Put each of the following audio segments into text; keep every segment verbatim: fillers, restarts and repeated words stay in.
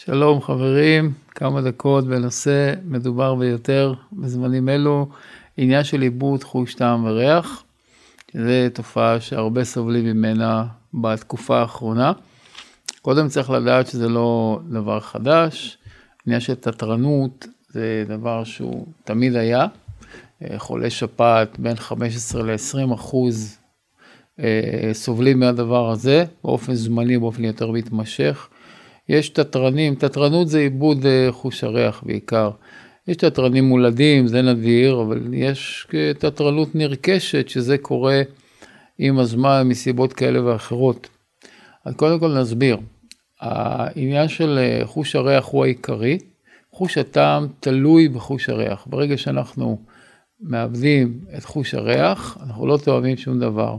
שלום חברים, כמה דקות בנושא מדובר ביותר בזמנים אלו, עניין של איבוד חוש טעם וריח, זו תופעה שהרבה סובלים ממנה בתקופה האחרונה. קודם צריך לדעת שזה לא דבר חדש, עניין של תתרנות זה דבר שהוא תמיד היה, חולי שפעת בין חמש עשרה ל-עשרים אחוז סובלים מהדבר הזה, באופן זמני, באופן יותר מתמשך. יש תתרנים, תתרנות זה איבוד חוש הריח בעיקר. יש תתרנים מולדים, זה נדיר, אבל יש תתרנות נרכשת שזה קורה עם הזמן מסיבות כאלה ואחרות. אז קודם כל נסביר. העניין של חוש הריח הוא העיקרי. חוש הטעם תלוי בחוש הריח. ברגע שאנחנו מאבדים את חוש הריח, אנחנו לא תואמים שום דבר.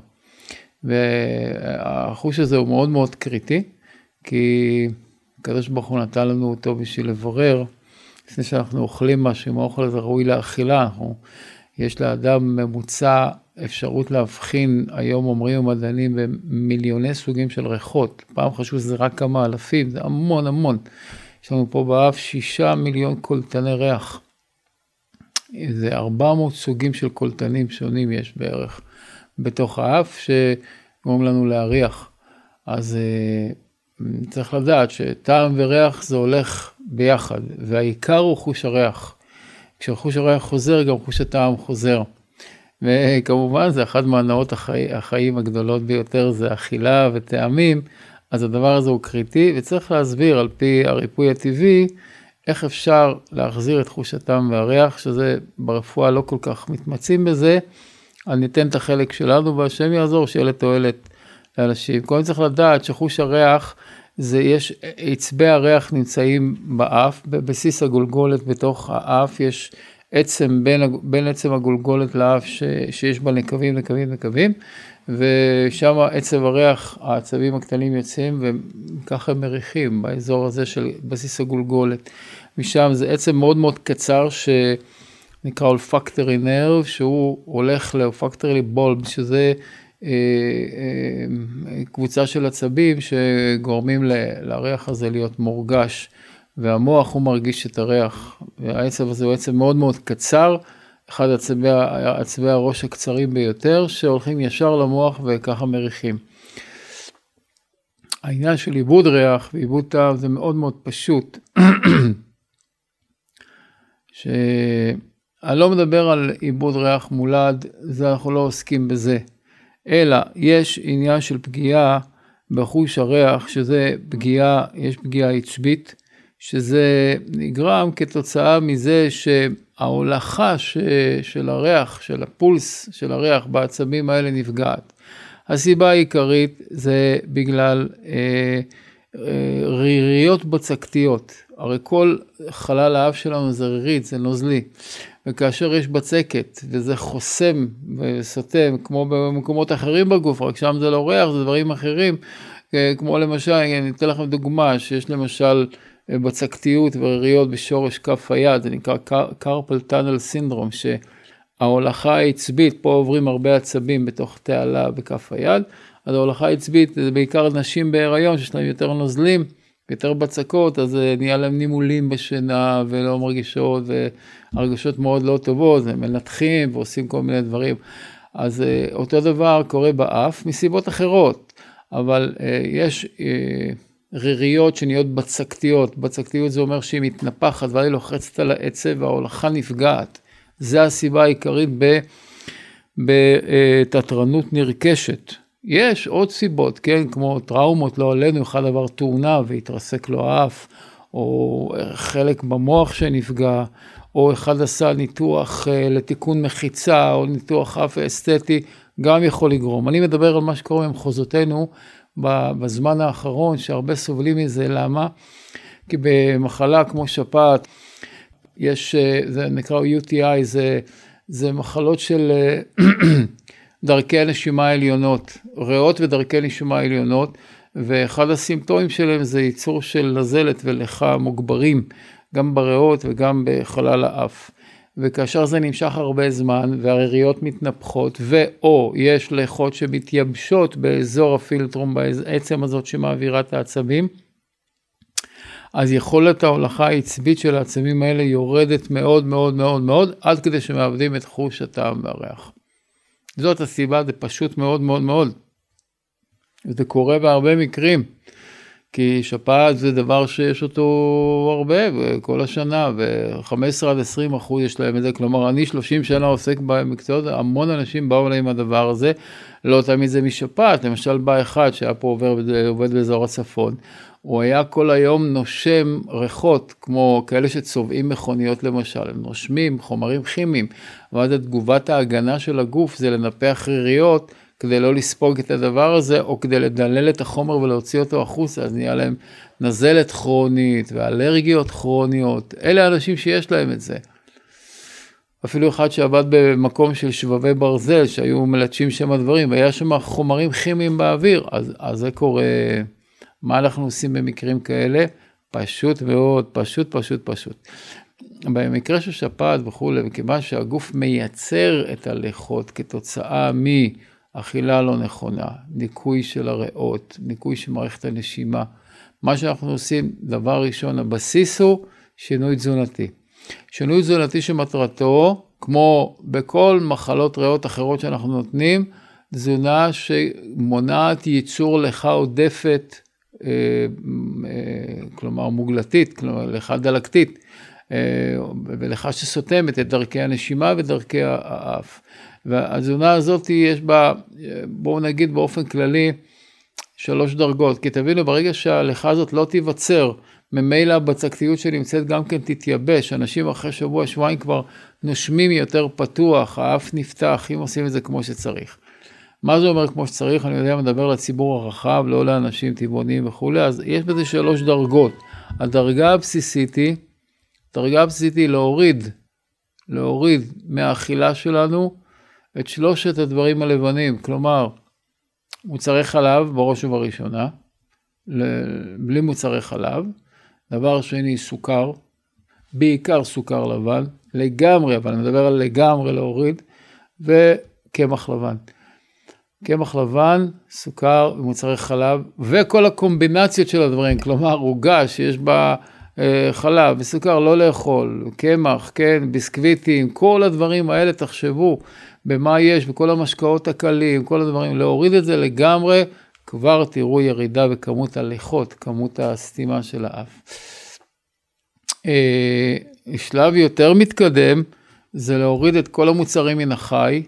והחוש הזה הוא מאוד מאוד קריטי, כי הקדוש ברוך הוא נתן לנו אותו בשביל לברר, לפני שאנחנו אוכלים משהו, אם האוכל הזה ראוי לאכילה, אנחנו, יש לאדם ממוצע אפשרות להבחין, היום אומרים המדענים, במיליוני סוגים של ריחות, פעם חשוב שזה רק כמה אלפים, זה המון המון, יש לנו פה באף שישה מיליון קולטני ריח, זה ארבע מאות סוגים של קולטנים שונים יש בערך, בתוך האף שגורם לנו להריח, אז צריך לדעת שטעם וריח זה הולך ביחד, והעיקר הוא חוש הריח. כשחוש הריח חוזר, גם חוש הטעם חוזר. וכמובן, זה אחת מהנאות החיים, החיים הגדולות ביותר, זה אכילה וטעמים, אז הדבר הזה הוא קריטי, וצריך להסביר על פי הריפוי הטבעי, איך אפשר להחזיר את חוש הטעם והריח, שזה ברפואה לא כל כך מתמצאים בזה, אז ניתן את החלק שלנו, והשם יעזור שיהיה לתועלת לאנשים. קודם צריך לדעת שחוש הריח, זה יש, עצבי הריח נמצאים באף, בבסיס הגולגולת בתוך האף, יש עצם בין, בין עצם הגולגולת לאף ש, שיש בה נקבים, נקבים, נקבים, ושם עצב הריח, העצבים הקטנים יוצאים, וככה הם מריחים באזור הזה של בסיס הגולגולת. משם זה עצם מאוד מאוד קצר שנקרא אולפקטרי נרב, שהוא הולך לאולפקטרי בולב, שזה קבוצה של עצבים שגורמים לריח הזה להיות מורגש, והמוח הוא מרגיש את הריח, והעצב הזה הוא עצב מאוד מאוד קצר, אחד עצבי, עצבי הראש הקצרים ביותר, שהולכים ישר למוח וככה מריחים. העניין של איבוד ריח ואיבוד טעם זה מאוד מאוד פשוט, שאני לא מדבר על איבוד ריח מולד, זה אנחנו לא עוסקים בזה, אלא יש עניין של פגיעה בחוש הריח, שזה פגיעה, יש פגיעה עצבית, שזה נגרם כתוצאה מזה שההולכה ש, של הריח, של הפולס של הריח בעצבים האלה נפגעת. הסיבה העיקרית זה בגלל אה, אה, ריריות בצקתיות. הרי כל חלל האף שלנו זה רירית, זה נוזלי. וכאשר יש בצקת, וזה חוסם וסותם, כמו במקומות אחרים בגוף, רק שם זה לא ריח, זה דברים אחרים, כמו למשל, אני אתן לכם דוגמה, שיש למשל בצקתיות וריריות בשורש כף היד, זה נקרא קרפל טאנל סינדרום, שההולכה העצבית, פה עוברים הרבה עצבים בתוך תעלה בכף היד, אז ההולכה העצבית זה בעיקר נשים בהיריון, שיש להם יותר נוזלים, יותר בצקות, אז נהיה להם נימולים בשינה, ולא מרגישות, והרגשות מאוד לא טובות, הם מנתחים ועושים כל מיני דברים. אז אותו דבר קורה באף, מסיבות אחרות, אבל יש ריריות שנהיות בצקתיות, בצקתיות זה אומר שהיא מתנפחת, ואני לוחצת על העצב, וההולכה נפגעת. זה הסיבה העיקרית בתתרנות נרכשת. יש עוד סיבות, כן, כמו טראומות, לא עלינו, אחד דבר תאונה והתרסק לו האף, או חלק במוח שנפגע, או אחד עשה ניתוח לתיקון מחיצה, או ניתוח אף אסתטי, גם יכול לגרום. אני מדבר על מה שקורה במחוזותינו בזמן האחרון, שהרבה סובלים מזה, למה? כי במחלה כמו שפעת, יש, זה נקרא יו טי איי, זה, זה מחלות של דרכי נשימה עליונות, ריאות ודרכי נשימה עליונות, ואחד הסימפטומים שלהם זה ייצור של נזלת ולחה מוגברים, גם בריאות וגם בחלל האף. וכאשר זה נמשך הרבה זמן, והריריות מתנפחות, ואו יש לחות שמתייבשות באזור הפילטרום, בעצם הזאת שמעבירה את העצבים, אז יכולת ההולכה העצבית של העצמים האלה יורדת מאוד מאוד מאוד מאוד, עד כדי שמאבדים את חוש הטעם והריח. זאת הסיבה, זה פשוט מאוד מאוד מאוד. וזה קורה בהרבה מקרים, כי שפעת זה דבר שיש אותו הרבה, כל השנה, ו-חמש עשרה עד עשרים אחוז יש להם את זה, כלומר, אני שלושים שנה עוסק במקצועות, המון אנשים באו אליי עם הדבר הזה, לא תמיד זה משפעת, למשל בא אחד שהיה פה עובר, עובד באזור הצפון, הוא היה כל היום נושם ריחות, כמו כאלה שצובעים מכוניות למשל, הם נושמים חומרים כימיים, ואז תגובת ההגנה של הגוף זה לנפח ריריות, כדי לא לספוג את הדבר הזה, או כדי לדלל את החומר ולהוציא אותו החוצה, אז נהיה להם נזלת כרונית ואלרגיות כרוניות, אלה האנשים שיש להם את זה. אפילו אחד שעבד במקום של שבבי ברזל, שהיו מלטשים שם הדברים, והיה שם חומרים כימיים באוויר, אז, אז זה קורה. מה אנחנו עושים במקרים כאלה? פשוט מאוד, פשוט, פשוט, פשוט. במקרה של שפעת וכו', וכיוון שהגוף מייצר את הלחות כתוצאה מאכילה לא נכונה, ניקוי של הריאות, ניקוי של מערכת הנשימה, מה שאנחנו עושים, דבר ראשון, הבסיס הוא שינוי תזונתי. שינוי תזונתי שמטרתו, כמו בכל מחלות ריאות אחרות שאנחנו נותנים, תזונה שמונעת ייצור לחה עודפת, כלומר מוגלתית, כלומר לחה דלקתית, ולכה שסותמת את דרכי הנשימה ודרכי האף. והתזונה הזאת יש בה, בואו נגיד באופן כללי, שלוש דרגות, כי תבינו, ברגע שהלכה הזאת לא תיווצר, ממילא הבצקתיות שנמצאת גם כן תתייבש, אנשים אחרי שבוע, שבועיים כבר נושמים יותר פתוח, האף נפתח, אם עושים את זה כמו שצריך. מה זה אומר כמו שצריך? אני יודע, מדבר לציבור הרחב, לא לאנשים טבעוניים וכו', אז יש בזה שלוש דרגות. הדרגה הבסיסית היא, הדרגה הבסיסית היא להוריד, להוריד מהאכילה שלנו את שלושת הדברים הלבנים, כלומר, מוצרי חלב בראש ובראשונה, בלי מוצרי חלב, דבר שני סוכר, בעיקר סוכר לבן, לגמרי, אבל אני מדבר על לגמרי להוריד, וקמח לבן. קמח לבן, סוכר ומוצרי חלב, וכל הקומבינציות של הדברים, כלומר עוגה שיש בה אה, חלב וסוכר לא לאכול, קמח, כן, ביסקוויטים, כל הדברים האלה תחשבו במה יש, וכל המשקאות הקלים, כל הדברים, להוריד את זה לגמרי, כבר תראו ירידה בכמות הליחות, כמות הסתימה של האף. אה, שלב יותר מתקדם, זה להוריד את כל המוצרים מן החי,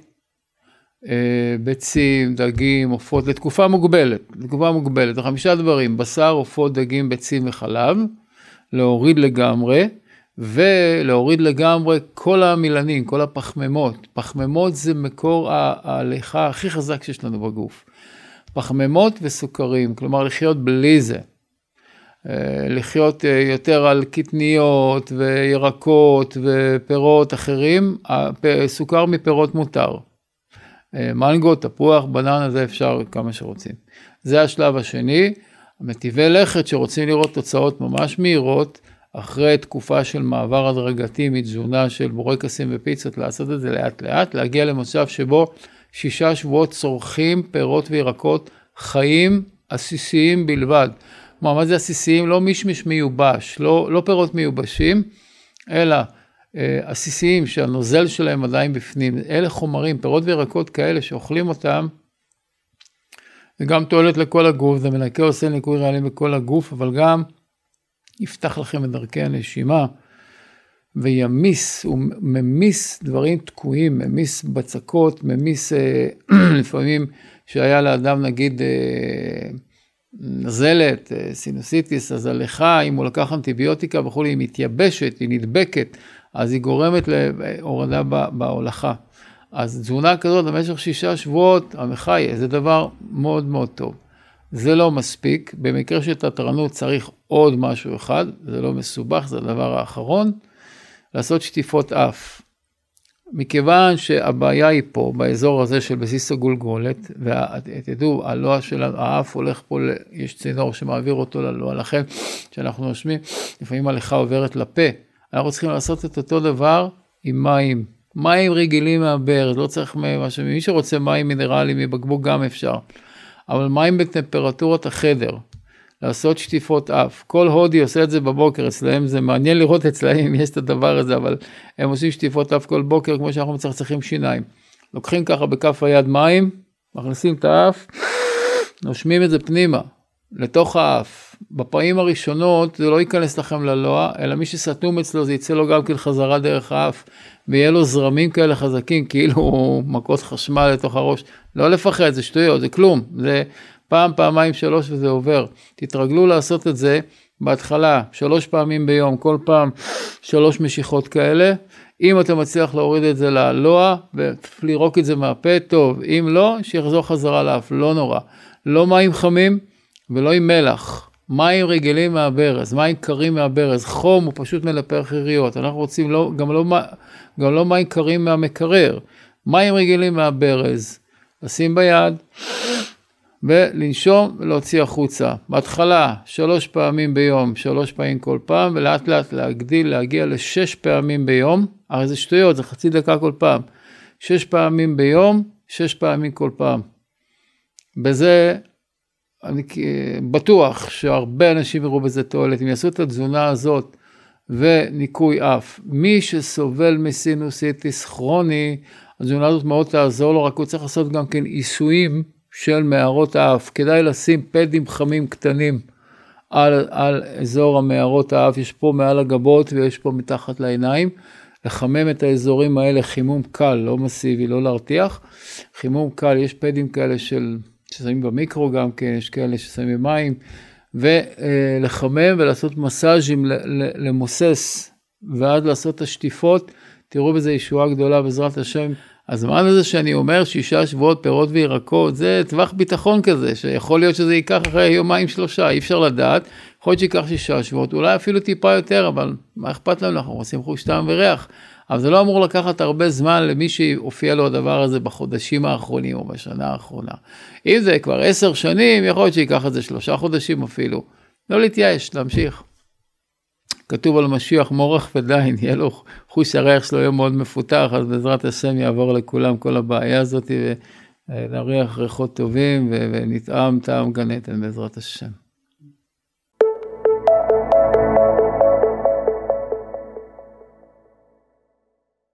ביצים, דגים, עופות, לתקופה מוגבלת, לתקופה מוגבלת, חמישה דברים, בשר, עופות, דגים, ביצים וחלב, להוריד לגמרי, ולהוריד לגמרי כל המילנים, כל הפחמימות. פחמימות זה מקור ההליכה הכי חזק שיש לנו בגוף. פחמימות וסוכרים, כלומר לחיות בלי זה. לחיות יותר על קטניות וירקות ופירות אחרים, סוכר מפירות מותר. מנגו, תפוח, בננה, זה אפשר כמה שרוצים. זה השלב השני, מטיבי לכת שרוצים לראות תוצאות ממש מהירות, אחרי תקופה של מעבר הדרגתי מתזונה של בורקסים ופיצות, לעשות את זה לאט לאט, להגיע למצב שבו שישה שבועות צורכים פירות וירקות חיים עסיסיים בלבד. מה זה עסיסיים? לא מישמיש מיובש, לא, לא פירות מיובשים, אלא עסיסיים שהנוזל שלהם עדיין בפנים, אלה חומרים, פירות וירקות כאלה שאוכלים אותם, זה גם תועלת לכל הגוף, זה מנקה עושה ניקוי ריאלי בכל הגוף, אבל גם יפתח לכם את דרכי הנשימה, וימיס, הוא ממיס דברים תקועים, ממיס בצקות, ממיס לפעמים שהיה לאדם נגיד נזלת, סינוסיטיס, אז הלכה, אם הוא לקח אנטיביוטיקה וכולי, היא מתייבשת, היא נדבקת, אז היא גורמת להורדה בהולכה. אז תזונה כזאת במשך שישה שבועות, המחי, זה דבר מאוד מאוד טוב. זה לא מספיק, במקרה של תתרנות צריך עוד משהו אחד, זה לא מסובך, זה הדבר האחרון, לעשות שטיפות אף. מכיוון שהבעיה היא פה, באזור הזה של בסיס הגולגולת, ותדעו, הלוע של האף הולך פה, יש צינור שמעביר אותו ללוע, לכן שאנחנו נושמים, לפעמים הלכה עוברת לפה, אנחנו צריכים לעשות את אותו דבר עם מים, מים רגילים מהבאר, לא צריך משהו, מי שרוצה מים מינרליים מבקבוק גם אפשר, אבל מים בטמפרטורת החדר, לעשות שטיפות אף. כל הודי עושה את זה בבוקר, אצלהם זה מעניין לראות אצלהם אם יש את הדבר הזה, אבל הם עושים שטיפות אף כל בוקר, כמו שאנחנו מצחצחים שיניים. לוקחים ככה בכף היד מים, מכניסים את האף, נושמים את זה פנימה, לתוך האף. בפעמים הראשונות זה לא ייכנס לכם ללוע, אלא מי שסתום אצלו זה יצא לו גם כן חזרה דרך האף, ויהיה לו זרמים כאלה חזקים, כאילו מכות חשמל לתוך הראש. לא לפחד, זה שטויות, זה כלום. זה פעם, פעמיים, שלוש וזה עובר. תתרגלו לעשות את זה בהתחלה, שלוש פעמים ביום, כל פעם שלוש משיכות כאלה. אם אתה מצליח להוריד את זה ללוע, ולרוק את זה מהפה, טוב. אם לא, שיחזור חזרה לאף, לא נורא. לא מים חמים ולא עם מלח. מים רגילים מהברז, מים קרים מהברז, חום הוא פשוט מלפר חיריות. אנחנו רוצים לא, גם, לא, גם לא מים קרים מהמקרר, מים רגילים מהברז. לשים ביד ולנשום ולהוציא החוצה. בהתחלה שלוש פעמים ביום, שלוש פעמים כל פעם, ולאט לאט להגדיל, להגיע לשש פעמים ביום. הרי זה שטויות, זה חצי דקה כל פעם. שש פעמים ביום, שש פעמים כל פעם. בזה אני בטוח שהרבה אנשים יראו בזה תועלת. אם יעשו את התזונה הזאת וניקוי אף, מי שסובל מסינוסיטיס כרוני, התזונה הזאת מאוד תעזור לו, רק הוא צריך לעשות גם כן עיסויים של מערות האף. כדאי לשים פדים חמים קטנים על, על אזור המערות האף, יש פה מעל הגבות ויש פה מתחת לעיניים, לחמם את האזורים האלה, חימום קל, לא מסיבי, לא להרתיח, חימום קל, יש פדים כאלה של, ששמים במיקרו גם כן, יש כאלה ששמים במים, ולחמם ולעשות מסאז'ים, למוסס, ועד לעשות את השטיפות, תראו בזה ישועה גדולה בעזרת השם. הזמן הזה שאני אומר שישה שבועות פירות וירקות, זה טווח ביטחון כזה, שיכול להיות שזה ייקח אחרי יומיים שלושה, אי אפשר לדעת, יכול להיות שיקח שישה שבועות, אולי אפילו טיפה יותר, אבל מה אכפת לנו, אנחנו עושים חוש טעם וריח, אבל זה לא אמור לקחת הרבה זמן למי שהופיע לו הדבר הזה בחודשים האחרונים או בשנה האחרונה. אם זה כבר עשר שנים, יכול להיות שיקח את זה שלושה חודשים אפילו, לא להתייאש, להמשיך. כתוב על משיח מורך ודיין, יהיה לו חוש הריח שלו יהיה מאוד מפותח, אז בעזרת השם יעבור לכולם כל הבעיה הזאת, ונריח ריחות טובים, ונטעם טעם גן עדן בעזרת השם.